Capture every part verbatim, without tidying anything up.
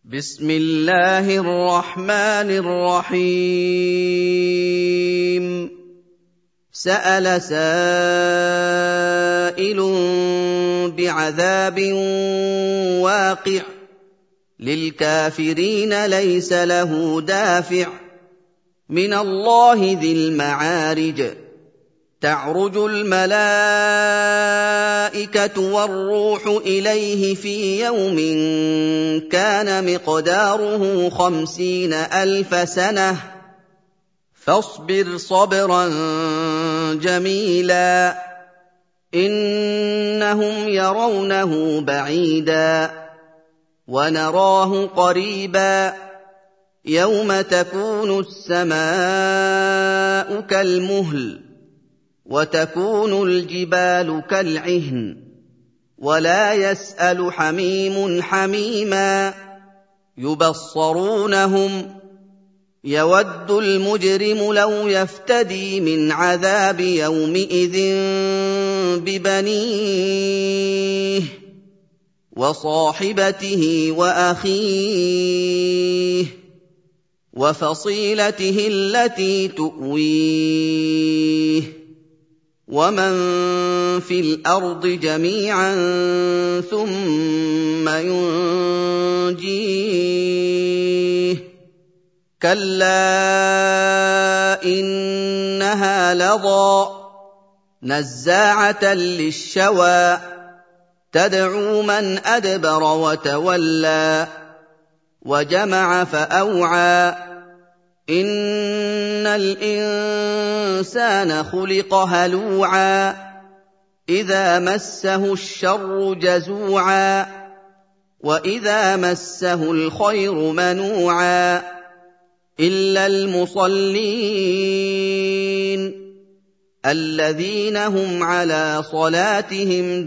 بسم الله الرحمن الرحيم سأل سائل بعذاب واقع للكافرين ليس له دافع من الله ذي المعارج تعرج الملائكة والروح إليه في يوم كان مقداره خمسين ألف سنة فاصبر صبرا جميلا إنهم يرونه بعيدا ونراه قريبا يوم تكون السماء كالمهل وتكون الجبال كالعهن ولا يسأل حميم حميما يبصرونهم يود المجرم لو يفتدي من عذاب يومئذ ببنيه وصاحبته وأخيه وفصيلته التي تؤويه ومن في الأرض جميعا ثم ينجيه كلا إنها لظى نزاعة للشوى تدعو من أدبر وتولى وجمع فأوعى إن الإنسان خلق هلوعا إذا مسه الشر جزوعا وإذا مسه الخير منوعا إلا المصلين الذين هم على صلاتهم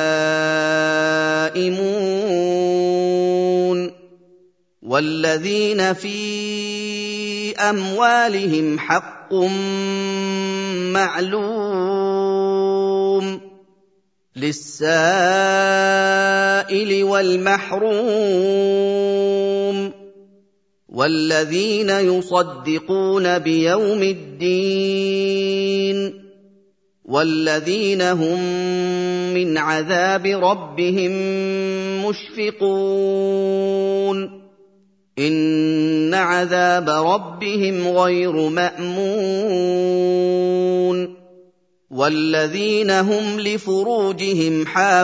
دائمون والذين في أموالهم حق معلوم للسائل والمحروم والذين يصدقون بيوم الدين والذين هم من عذاب ربهم مشفقون إن عذاب ربهم غير مأمون والذين هم لفروجهم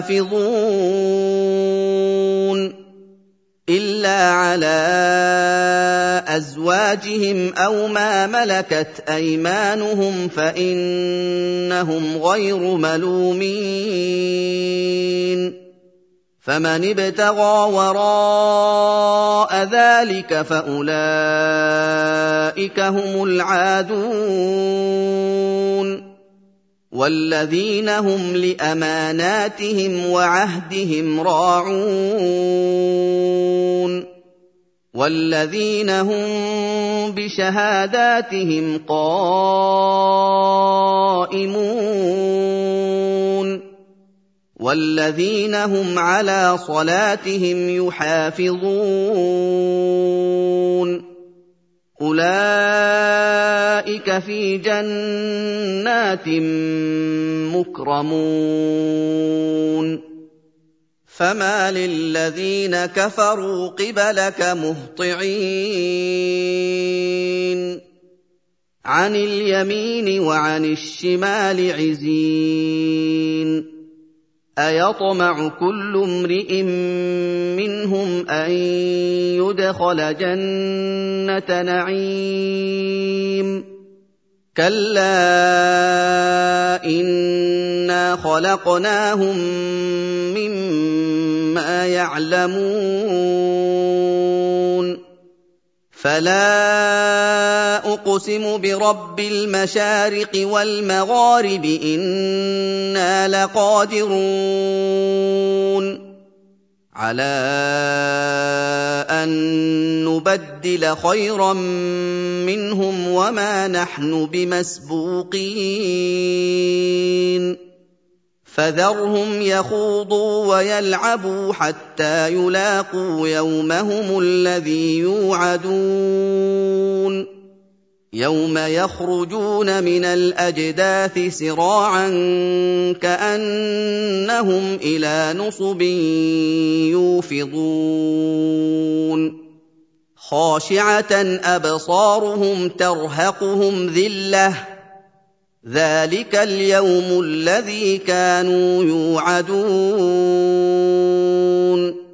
حافظون إلا على أزواجهم أو ما ملكت أيمانهم فإنهم غير ملومين فمن ابتغى وراء ذلك فأولئك هم العادون والذين هم لأماناتهم وعهدهم راعون والذين هم بشهاداتهم قائمون والذين هم على صلاتهم يحافظون أولئك في جنات مكرمون فما للذين كفروا قبلك مهطعين عن اليمين وعن الشمال عزين أيطمع كل امرئ منهم أن يدخل جنة نعيم كلا إنا خلقناهم مما يعلمون فلا أقسم برب المشارق والمغارب إنا لقادرون على أن نبدل خيرا منهم وما نحن بمسبوقين فذرهم يخوضوا ويلعبوا حتى يلاقوا يومهم الذي يوعدون يوم يخرجون من الأجداث سراعا كأنهم إلى نصب يوفضون خاشعة أبصارهم ترهقهم ذلة ذلك اليوم الذي كانوا يوعدون